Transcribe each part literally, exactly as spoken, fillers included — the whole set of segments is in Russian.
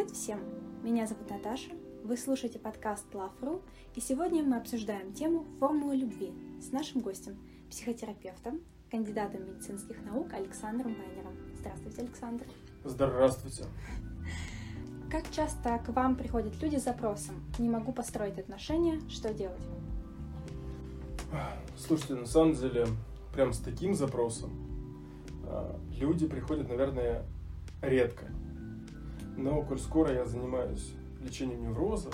Привет всем! Меня зовут Наташа, вы слушаете подкаст Love точка ру, и сегодня мы обсуждаем тему «Формулы любви» с нашим гостем, психотерапевтом, кандидатом медицинских наук Александром Вайнером. Здравствуйте, Александр! Здравствуйте! Как часто к вам приходят люди с запросом «Не могу построить отношения, что делать?» Слушайте, на самом деле, прям с таким запросом люди приходят, наверное, редко. Но, коль скоро я занимаюсь лечением невроза,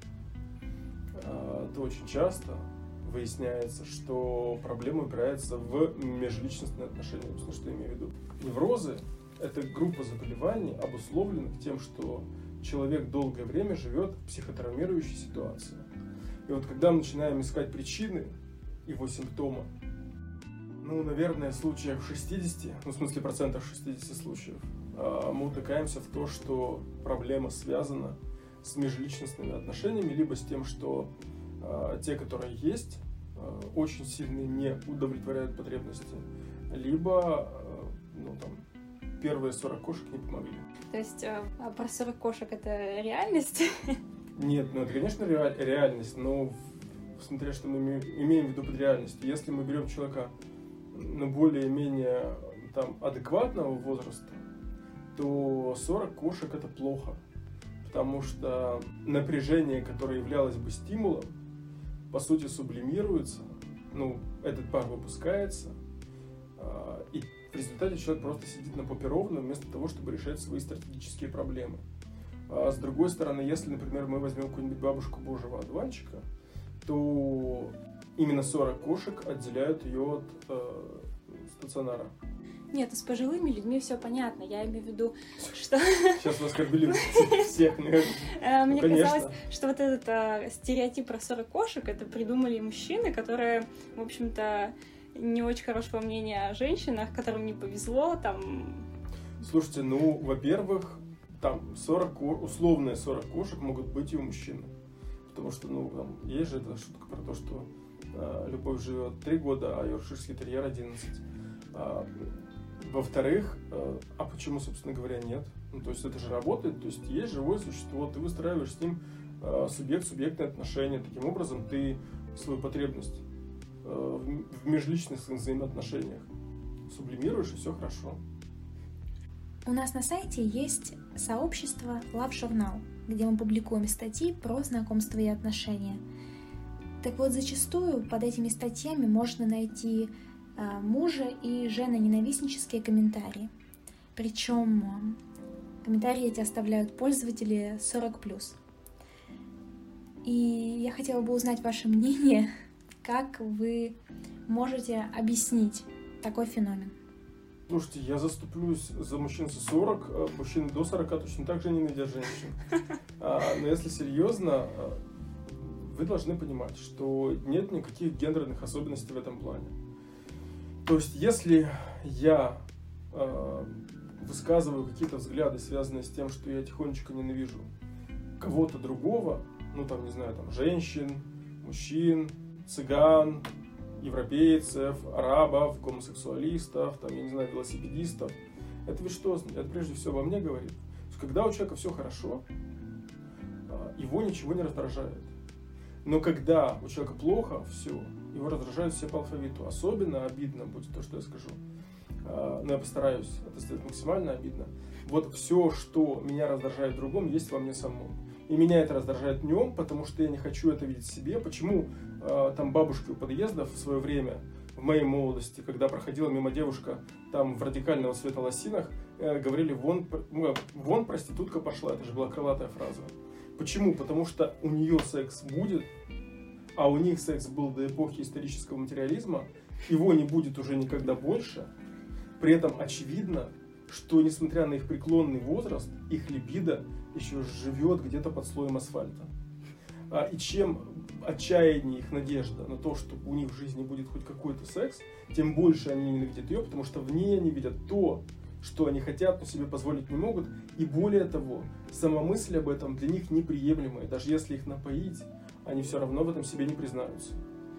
то очень часто выясняется, что проблема упирается в межличностные отношения. Объясню, что я имею в виду. Неврозы – это группа заболеваний, обусловленных тем, что человек долгое время живет в психотравмирующей ситуации. И вот когда мы начинаем искать причины его симптома, ну, наверное, в случаях шестидесяти, ну, в смысле процентов шестидесяти случаев, мы утыкаемся в то, что проблема связана с межличностными отношениями, либо с тем, что э, те, которые есть, э, очень сильно не удовлетворяют потребности, либо э, ну, там, первые сорок кошек не помогли. То есть э, про сорок кошек это реальность? Нет, ну это, конечно, реаль- реальность, но смотря, что мы имеем в виду под реальностью. Если мы берем человека ну, более-менее там, адекватного возраста, то сорок кошек это плохо, потому что напряжение, которое являлось бы стимулом, по сути сублимируется, ну, этот пар выпускается, и в результате человек просто сидит на попе ровно, вместо того, чтобы решать свои стратегические проблемы. А с другой стороны, если, например, мы возьмем какую-нибудь бабушку божьего одуванчика, то именно сорок кошек отделяют ее от э, стационара. Нет, с пожилыми людьми все понятно. Я имею в виду, что... Сейчас вы оскорбили всех, наверное. Мне казалось, что вот этот стереотип про сорок кошек, это придумали мужчины, которые, в общем-то, не очень хорошего мнения о женщинах, которым не повезло, там... Слушайте, ну, во-первых, там сорок, условные сорок кошек могут быть и у мужчины. Потому что, ну, там, есть же эта шутка про то, что э, любовь живет три года, а йоркширский терьер одиннадцать. А, во-вторых, э, а почему, собственно говоря, нет? Ну, то есть это же работает, то есть есть живое существо, ты выстраиваешь с ним э, субъект-субъектные отношения, таким образом ты свою потребность э, в, в межличностных взаимоотношениях сублимируешь, и все хорошо. У нас на сайте есть сообщество Love Journal, где мы публикуем статьи про знакомство и отношения. Так вот, зачастую под этими статьями можно найти э, мужа и женоненавистнические комментарии. Причем э, комментарии эти оставляют пользователи сорок плюс. И я хотела бы узнать ваше мнение, как вы можете объяснить такой феномен. Слушайте, я заступлюсь за мужчин за сорок, мужчины до сорока точно так же ненавидят женщин. А, но если серьезно, вы должны понимать, что нет никаких гендерных особенностей в этом плане. То есть, если я э, высказываю какие-то взгляды, связанные с тем, что я тихонечко ненавижу кого-то другого, ну там, не знаю, там, женщин, мужчин, цыган, европейцев, арабов, гомосексуалистов, там, я не знаю, велосипедистов. Это ведь что? Это прежде всего во мне говорит. Когда у человека все хорошо, его ничего не раздражает. Но когда у человека плохо все, его раздражают все по алфавиту. Особенно обидно будет то, что я скажу. Но я постараюсь это сделать максимально обидно. Вот все, что меня раздражает в другом, есть во мне самом. И меня это раздражает в нем, потому что я не хочу это видеть в себе. Почему э, там бабушки у подъездов в свое время, в моей молодости, когда проходила мимо девушка там в радикального цвета лосинах, э, говорили вон, вон проститутка пошла. Это же была крылатая фраза. Почему? Потому что у нее секс будет, а у них секс был до эпохи исторического материализма, его не будет уже никогда больше. При этом очевидно, что несмотря на их преклонный возраст, их либидо еще живет где-то под слоем асфальта. И чем отчаяннее их надежда на то, что у них в жизни будет хоть какой-то секс, тем больше они ненавидят ее, потому что в ней они видят то, что они хотят, но себе позволить не могут. И более того, сама мысль об этом для них неприемлемая. Даже если их напоить, они все равно в этом себе не признаются.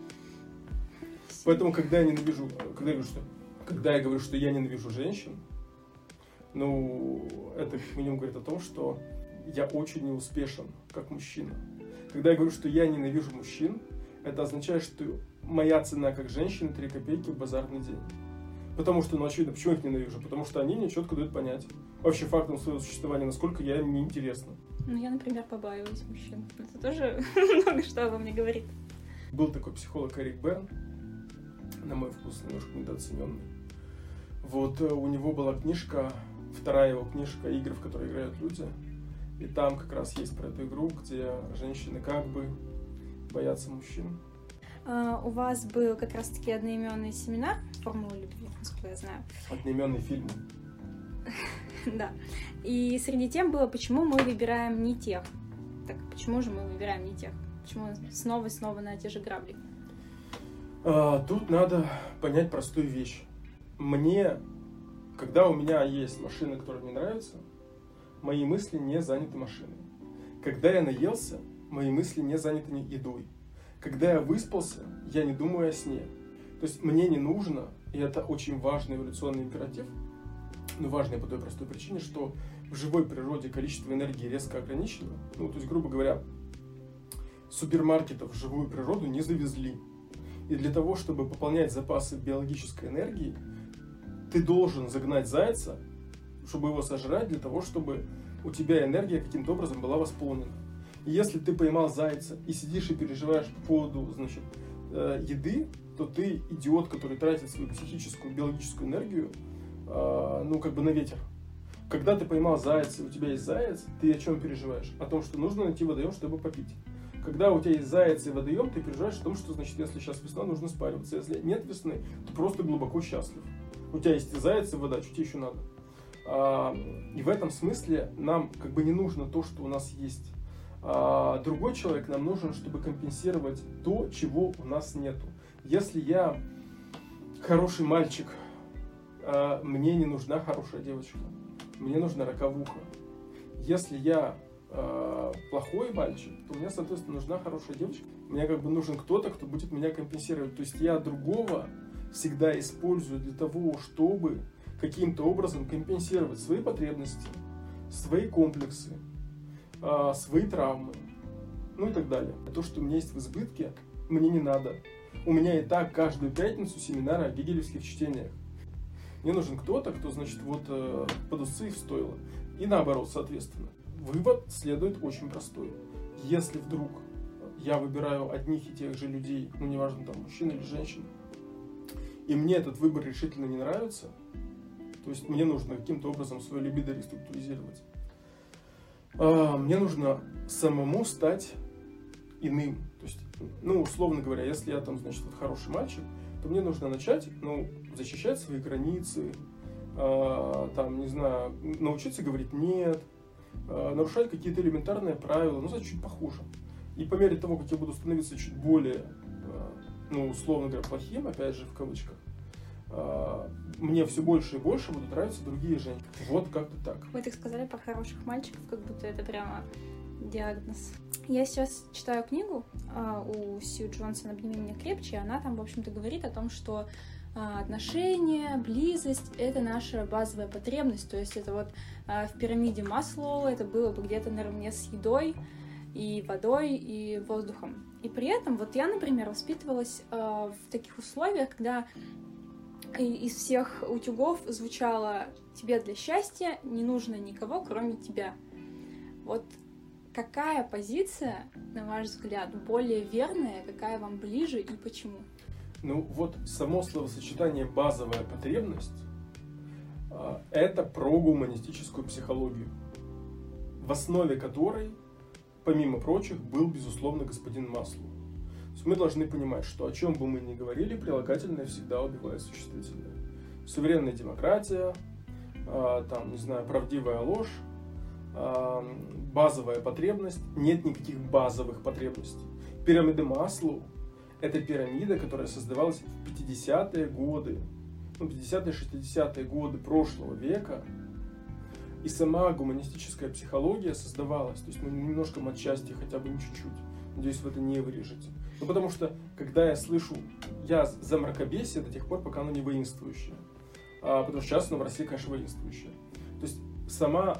Поэтому, когда я ненавижу, когда я говорю, что, когда я говорю, что я ненавижу женщин, ну, это как минимум говорит о том, что я очень неуспешен как мужчина. Когда я говорю, что я ненавижу мужчин, это означает, что моя цена как женщины три копейки в базарный день. Потому что, ну, очевидно, почему я их ненавижу? Потому что они мне четко дают понять вообще фактом своего существования, насколько я им неинтересна. Ну, я, например, побаиваюсь мужчин. Это тоже много что обо мне говорит. Был такой психолог Эрик Берн, на мой вкус, немножко недооцененный. Вот у него была книжка, вторая его книжка «Игры, в которые играют люди». И там как раз есть про эту игру, где женщины как бы боятся мужчин. Uh, у вас был как раз-таки одноименный семинар «Формула любви», насколько я знаю. Одноименный фильм. Да. И среди тем было, почему мы выбираем не тех. Так, почему же мы выбираем не тех? Почему снова и снова на те же грабли? Uh, тут надо понять простую вещь. Мне, когда у меня есть машина, которая мне нравится, мои мысли не заняты машиной. Когда я наелся, мои мысли не заняты едой. Когда я выспался, я не думаю о сне. То есть мне не нужно, и это очень важный эволюционный императив, но важный по той простой причине, что в живой природе количество энергии резко ограничено. Ну, то есть, грубо говоря, супермаркетов в живую природу не завезли. И для того, чтобы пополнять запасы биологической энергии, ты должен загнать зайца, чтобы его сожрать, для того, чтобы у тебя энергия каким-то образом была восполнена. И если ты поймал зайца и сидишь и переживаешь по поводу, значит, э, еды, то ты идиот, который тратит свою психическую, биологическую энергию, э, ну, как бы на ветер. Когда ты поймал зайца, и у тебя есть заяц, ты о чем переживаешь? О том, что нужно найти водоем, чтобы попить. Когда у тебя есть заяц и водоем, ты переживаешь о том, что, значит, если сейчас весна, нужно спариваться. Если нет весны, ты просто глубоко счастлив. У тебя есть и заяц, и вода, что тебе еще надо? А, и в этом смысле нам как бы не нужно то, что у нас есть. А другой человек нам нужен, чтобы компенсировать то, чего у нас нету. Если я хороший мальчик, а мне не нужна хорошая девочка, мне нужна роковуха. Если я а, плохой мальчик, то мне, соответственно, нужна хорошая девочка. Мне как бы нужен кто-то, кто будет меня компенсировать. То есть я другого всегда использую для того, чтобы каким-то образом компенсировать свои потребности, свои комплексы, свои травмы, ну и так далее. То, что у меня есть в избытке, мне не надо. У меня и так каждую пятницу семинары о гегелевских чтениях. Мне нужен кто-то, кто, значит, вот под усы и в стойло. И наоборот, соответственно. Вывод следует очень простой. Если вдруг я выбираю одних и тех же людей, ну неважно, там, мужчин или женщин, и мне этот выбор решительно не нравится, то есть мне нужно каким-то образом свою либидо реструктуризировать, мне нужно самому стать иным. То есть, ну, условно говоря, если я там, значит, вот хороший мальчик, то мне нужно начать, ну, защищать свои границы, э, там, не знаю, научиться говорить «нет», э, нарушать какие-то элементарные правила, ну, значит, чуть похуже. И по мере того, как я буду становиться чуть более, э, ну, условно говоря, плохим, опять же, в кавычках, э, мне все больше и больше будут нравиться другие женщины. Вот как-то так. Вы так сказали про хороших мальчиков, как будто это прямо диагноз. Я сейчас читаю книгу а, у Сью Джонсон «Обними меня крепче», и она там, в общем-то, говорит о том, что а, отношения, близость — это наша базовая потребность. То есть это вот а, в пирамиде Маслоу это было бы где-то наравне с едой, и водой, и воздухом. И при этом вот я, например, воспитывалась а, в таких условиях, когда из всех утюгов звучало «тебе для счастья не нужно никого, кроме тебя». Вот какая позиция, на ваш взгляд, более верная, какая вам ближе и почему? Ну вот само словосочетание «базовая потребность» — это про гуманистическую психологию, в основе которой, помимо прочих, был, безусловно, господин Маслоу. Мы должны понимать, что о чем бы мы ни говорили, прилагательное всегда убивает существительное. Суверенная демократия, э, там, не знаю, правдивая ложь, э, базовая потребность. Нет никаких базовых потребностей. Пирамида Маслоу – это пирамида, которая создавалась в пятидесятые годы, ну, пятидесятые-шестидесятые годы прошлого века. И сама гуманистическая психология создавалась. То есть, ну, немножко отчасти, хотя бы не чуть-чуть. Надеюсь, вы это не вырежете. Ну, потому что, когда я слышу, я за мракобесие до тех пор, пока оно не воинствующее. А, потому что сейчас оно в России, конечно, воинствующее. То есть, сама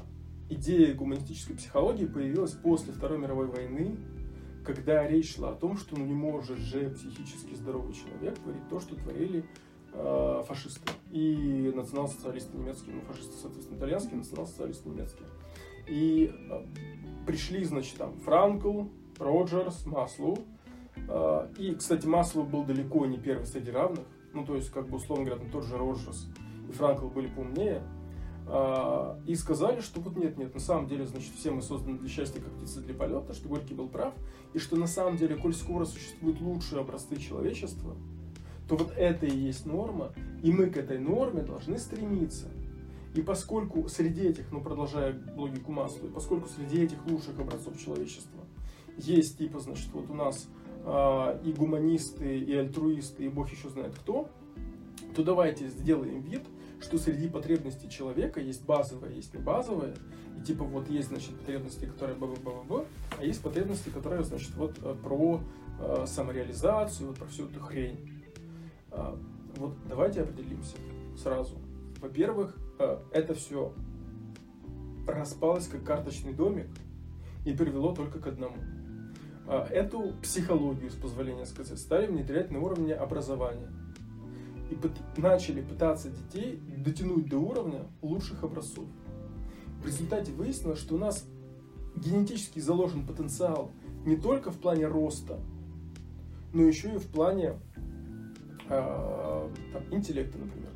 идея гуманистической психологии появилась после Второй мировой войны, когда речь шла о том, что ну, не может же психически здоровый человек творить то, что творили э, фашисты и национал-социалисты немецкие, ну фашисты, соответственно, итальянские, национал-социалисты немецкие. И э, пришли, значит, там Франкл, Роджерс, Маслоу. Э, и, кстати, Маслоу был далеко не первый среди равных. Ну, то есть, как бы, условно говоря, там тот же Роджерс и Франкл были поумнее. Э, и сказали, что вот нет-нет, на самом деле, значит, все мы созданы для счастья, как птицы для полета, что Горький был прав. И что на самом деле, коль скоро существуют лучшие образцы человечества, то вот это и есть норма, и мы к этой норме должны стремиться. И поскольку среди этих, ну продолжая логику Маслоу, поскольку среди этих лучших образцов человечества есть типа, значит, вот у нас э, и гуманисты, и альтруисты, и бог еще знает кто, то давайте сделаем вид, что среди потребностей человека есть базовые, есть не базовые, и типа вот есть, значит, потребности, которые б-б-б-б, а есть потребности, которые, значит, вот про э, самореализацию, вот про всю эту хрень. Э, вот давайте определимся сразу. Во-первых, это все распалось как карточный домик и привело только к одному. Эту психологию, с позволения сказать, стали внедрять на уровне образования. И начали пытаться детей дотянуть до уровня лучших образцов. В результате выяснилось, что у нас генетически заложен потенциал не только в плане роста, но еще и в плане э, там, интеллекта, например.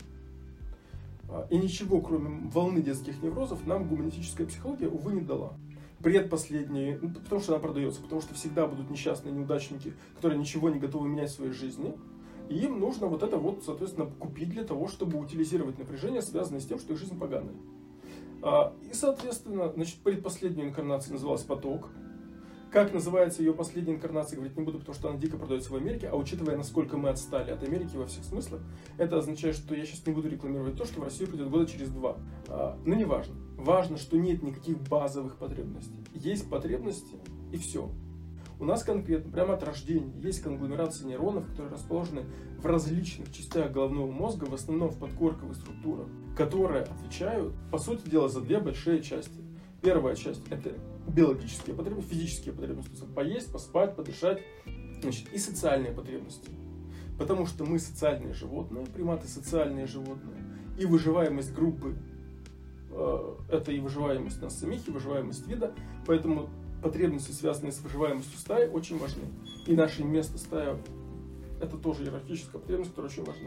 И ничего, кроме волны детских неврозов, нам гуманистическая психология, увы, не дала. Предпоследние, ну, потому что она продается, потому что всегда будут несчастные неудачники, которые ничего не готовы менять в своей жизни. И им нужно вот это вот, соответственно, купить для того, чтобы утилизировать напряжение, связанное с тем, что их жизнь поганая. И, соответственно, значит, предпоследняя инкарнация называлась «Поток». Как называется ее последняя инкарнация, говорить не буду, потому что она дико продается в Америке, а учитывая, насколько мы отстали от Америки во всех смыслах, это означает, что я сейчас не буду рекламировать то, что в Россию придет года через два. А, но не важно. Важно, что нет никаких базовых потребностей. Есть потребности, и все. У нас конкретно, прямо от рождения, есть конгломерация нейронов, которые расположены в различных частях головного мозга, в основном в подкорковых структурах, которые отвечают, по сути дела, за две большие части. Первая часть – это биологические потребности, физические потребности, поесть, поспать, подышать, значит, и социальные потребности. Потому что мы социальные животные, приматы социальные животные, и выживаемость группы э, – это и выживаемость нас самих, и выживаемость вида, поэтому потребности, связанные с выживаемостью стаи, очень важны. И наше место стая – это тоже иерархическая потребность, которая очень важна.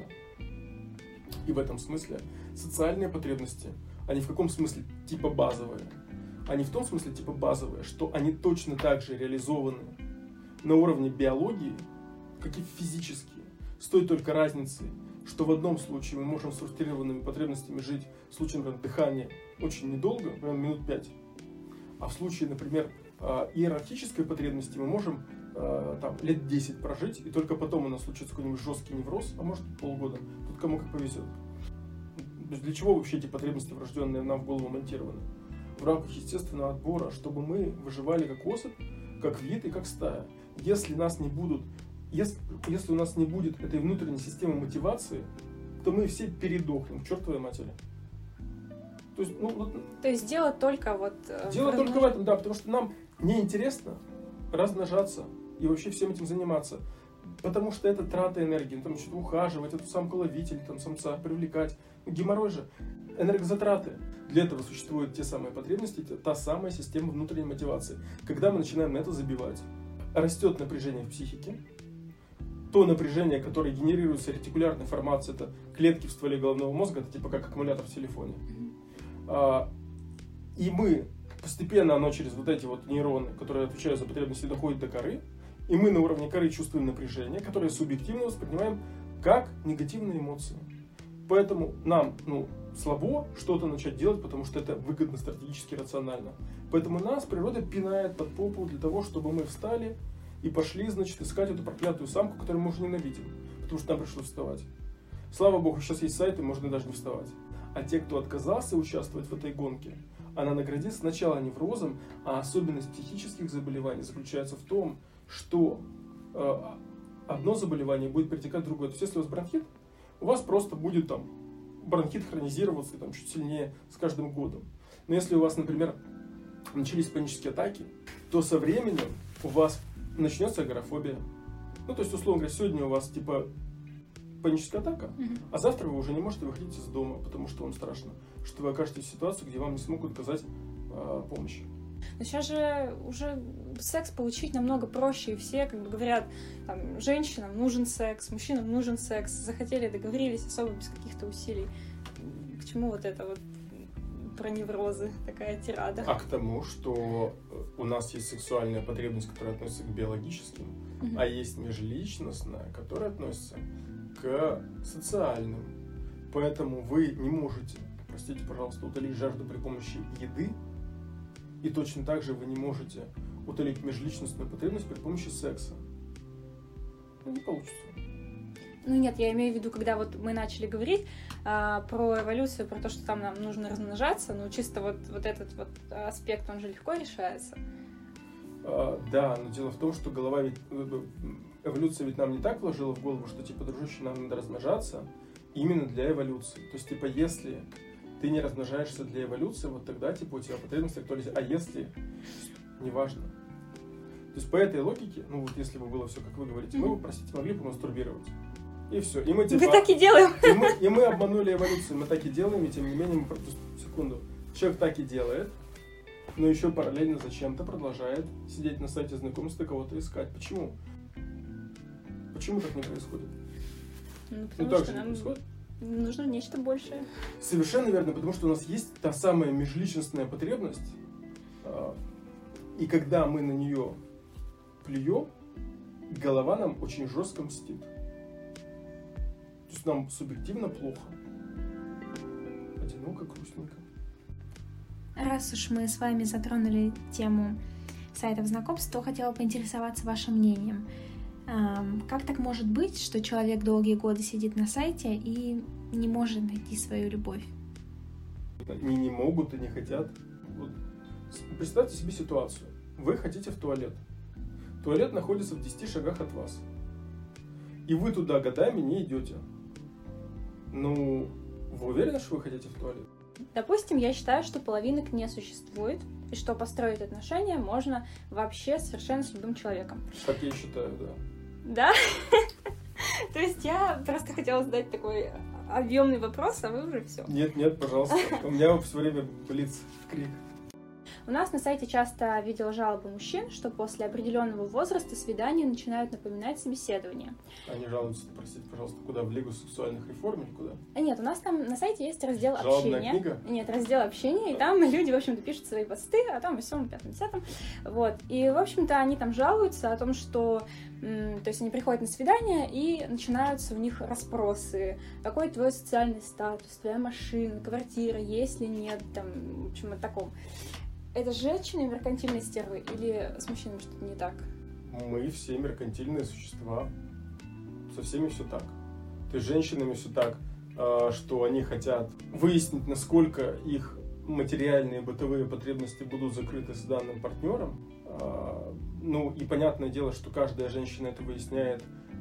И в этом смысле социальные потребности, они в каком смысле типа базовые? Они в том смысле типа базовые, что они точно так же реализованы на уровне биологии, как и физические. С той только разницей, что в одном случае мы можем с структурированными потребностями жить, в случае, например, дыхания, очень недолго, например, минут пять. А в случае, например, иерархической потребности мы можем там, лет десять прожить, и только потом у нас случится какой-нибудь жесткий невроз, а может полгода. Тут кому как повезет. Для чего вообще эти потребности, врожденные нам в голову, монтированы? В рамках естественного отбора, чтобы мы выживали как особь, как вид и как стая. Если нас не будут, если, если у нас не будет этой внутренней системы мотивации, то мы все передохнем к чертовой матери. То есть, ну, вот, то есть дело только вот... Дело в только в этом, да, потому что нам неинтересно размножаться и вообще всем этим заниматься. Потому что это трата энергии, там что-то ухаживать, эту самку ловить или там самца привлекать. Ну, геморрой же, энергозатраты. Для этого существуют те самые потребности, та самая система внутренней мотивации. Когда мы начинаем на это забивать, растет напряжение в психике. То напряжение, которое генерируется ретикулярной формацией, это клетки в стволе головного мозга, это типа как аккумулятор в телефоне. И мы постепенно, оно через вот эти вот нейроны, которые отвечают за потребности, доходит до коры. И мы на уровне коры чувствуем напряжение, которое субъективно воспринимаем как негативные эмоции. Поэтому нам ну, слабо что-то начать делать, потому что это выгодно стратегически, рационально. Поэтому нас природа пинает под попу для того, чтобы мы встали и пошли, значит, искать эту проклятую самку, которую мы уже ненавидим. Потому что нам пришлось вставать. Слава богу, сейчас есть сайты, можно даже не вставать. А те, кто отказался участвовать в этой гонке, она наградит сначала неврозом, а особенность психических заболеваний заключается в том, что э, одно заболевание будет перетекать в другое. То есть, если у вас бронхит, у вас просто будет там бронхит хронизироваться там, чуть сильнее с каждым годом. Но если у вас, например, начались панические атаки, то со временем у вас начнется агорафобия. Ну, то есть, условно говоря, сегодня у вас, типа, паническая атака, mm-hmm. а завтра вы уже не можете выходить из дома, потому что вам страшно, что вы окажетесь в ситуации, где вам не смогут оказать э, помощь. Но сейчас же уже секс получить намного проще, и все как бы говорят, там, женщинам нужен секс, мужчинам нужен секс, захотели, договорились особо без каких-то усилий. К чему вот это вот про неврозы, такая тирада? А к тому, что у нас есть сексуальная потребность, которая относится к биологическим, mm-hmm. а есть межличностная, которая относится к социальным. Поэтому вы не можете, простите, пожалуйста, утолить жажду при помощи еды, и точно так же вы не можете утолить межличностную потребность при помощи секса. Ну, не получится. Ну нет, я имею в виду, когда вот мы начали говорить а, про эволюцию, про то, что там нам нужно размножаться, ну чисто вот, вот этот вот аспект, он же легко решается. А, да, но дело в том, что голова ведь... Эволюция ведь нам не так вложила в голову, что типа, дружище, нам надо размножаться именно для эволюции. То есть, типа, если ты не размножаешься для эволюции, вот тогда, типа, у тебя потребность актуализируется. А если... Неважно. То есть, по этой логике, ну вот если бы было все, как вы говорите, mm-hmm. мы бы, простите, могли бы мастурбировать. И все. И мы, типа, мы так и делаем. И мы, и мы обманули эволюцию. Мы так и делаем, и тем не менее, мы... Секунду. Человек так и делает, но еще параллельно зачем-то продолжает сидеть на сайте знакомств и кого-то искать. Почему? Почему так не происходит? Ну, потому ну, что нам происходит? Нужно нечто большее. Совершенно верно, потому что у нас есть та самая межличностная потребность, и когда мы на нее плюем, голова нам очень жестко мстит. То есть нам субъективно плохо. Одиноко, грустненько. Раз уж мы с вами затронули тему сайтов знакомств, то хотела поинтересоваться вашим мнением. Как так может быть, что человек долгие годы сидит на сайте и не может найти свою любовь? Они не могут и не хотят. Вот. Представьте себе ситуацию. Вы хотите в туалет. Туалет находится в десяти шагах от вас. И вы туда годами не идете. Ну, вы уверены, что вы хотите в туалет? Допустим, я считаю, что половинок не существует, и что построить отношения можно вообще совершенно с любым человеком. Как я считаю, да. Да? То есть я просто хотела задать такой объемный вопрос, а вы уже все. Нет, нет, пожалуйста. У меня все время блиц крик. У нас на сайте часто видела жалобы мужчин, что после определенного возраста свидания начинают напоминать собеседование. Они жалуются, простите, пожалуйста, куда? В Лигу сексуальных реформ или куда? Нет, у нас там на сайте есть раздел Жалобная общения. Книга? Нет, раздел общения, и там люди, в общем-то, пишут свои посты, а там восьмом, пятом, десятом. Вот. И, в общем-то, они там жалуются о том, что м, то есть они приходят на свидание, и начинаются у них расспросы. Какой твой социальный статус, твоя машина, квартира, есть ли нет, там, в общем, о таком. Это женщины меркантильные стервы или с мужчинами что-то не так? Мы все меркантильные существа. Со всеми все так. То есть с женщинами все так, что они хотят выяснить, насколько их материальные бытовые потребности будут закрыты с данным партнером. Ну и понятное дело, что каждая женщина это выясняет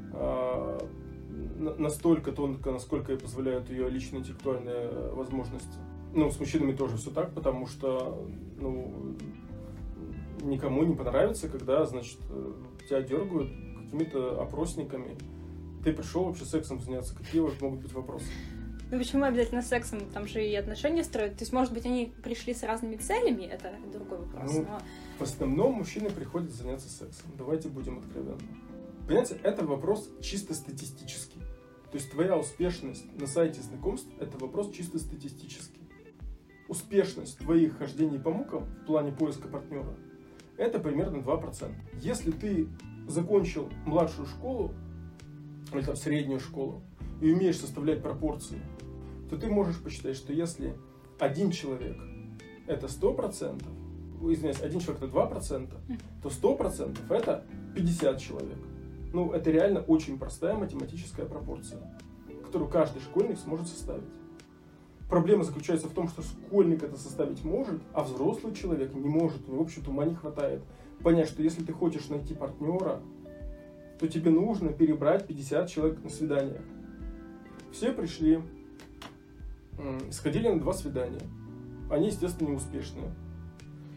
настолько тонко, насколько ей позволяют ее личные интеллектуальные возможности. Ну, с мужчинами тоже все так, потому что, ну, никому не понравится, когда, значит, тебя дергают какими-то опросниками. Ты пришел вообще сексом заняться, какие вот могут быть вопросы? Ну, почему обязательно сексом? Там же и отношения строят. То есть, может быть, они пришли с разными целями, это другой вопрос. Ну, но... В основном мужчины приходят заняться сексом. Давайте будем откровенны. Понимаете, это вопрос чисто статистический. То есть, твоя успешность на сайте знакомств – это вопрос чисто статистический. Успешность твоих хождений по мукам в плане поиска партнера – это примерно два процента. Если ты закончил младшую школу или там среднюю школу и умеешь составлять пропорции, то ты можешь посчитать, что если один человек – это сто процентов, извиняюсь, один человек – это два процента, то сто процентов – это пятьдесят человек. Ну, это реально очень простая математическая пропорция, которую каждый школьник сможет составить. Проблема заключается в том, что школьник это составить может, а взрослый человек не может. У него, в общем-то, ума не хватает понять, что если ты хочешь найти партнера, то тебе нужно перебрать пятьдесят человек на свиданиях. Все пришли, сходили на два свидания. Они, естественно, неуспешные.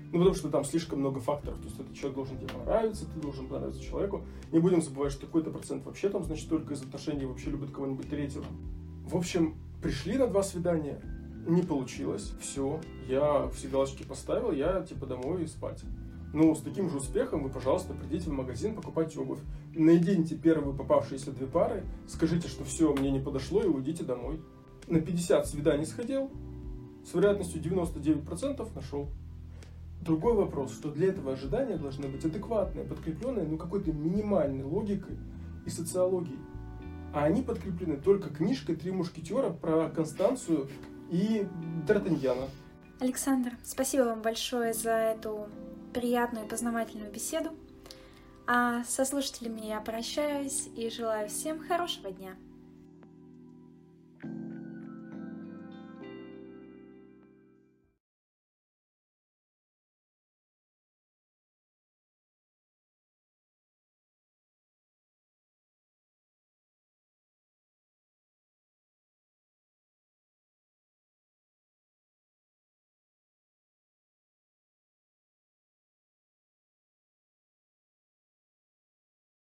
Ну, потому что там слишком много факторов. То есть этот человек должен тебе понравиться, ты должен понравиться человеку. Не будем забывать, что какой-то процент вообще там, значит, только из отношений вообще любит кого-нибудь третьего. В общем, пришли на два свидания, не получилось, все, я все галочки поставил, я типа домой и спать. Ну, с таким же успехом вы, пожалуйста, придите в магазин, покупайте обувь, найдите первые попавшиеся две пары, скажите, что все, мне не подошло, и уйдите домой. На пятьдесят свиданий сходил, с вероятностью девяносто девять процентов нашел. Другой вопрос, что для этого ожидания должны быть адекватные, подкрепленные, ну, какой-то минимальной логикой и социологией. А они подкреплены только книжкой «Три мушкетера» про Констанцию и Д'Артаньяна. Александр, спасибо вам большое за эту приятную и познавательную беседу. А со слушателями я прощаюсь и желаю всем хорошего дня.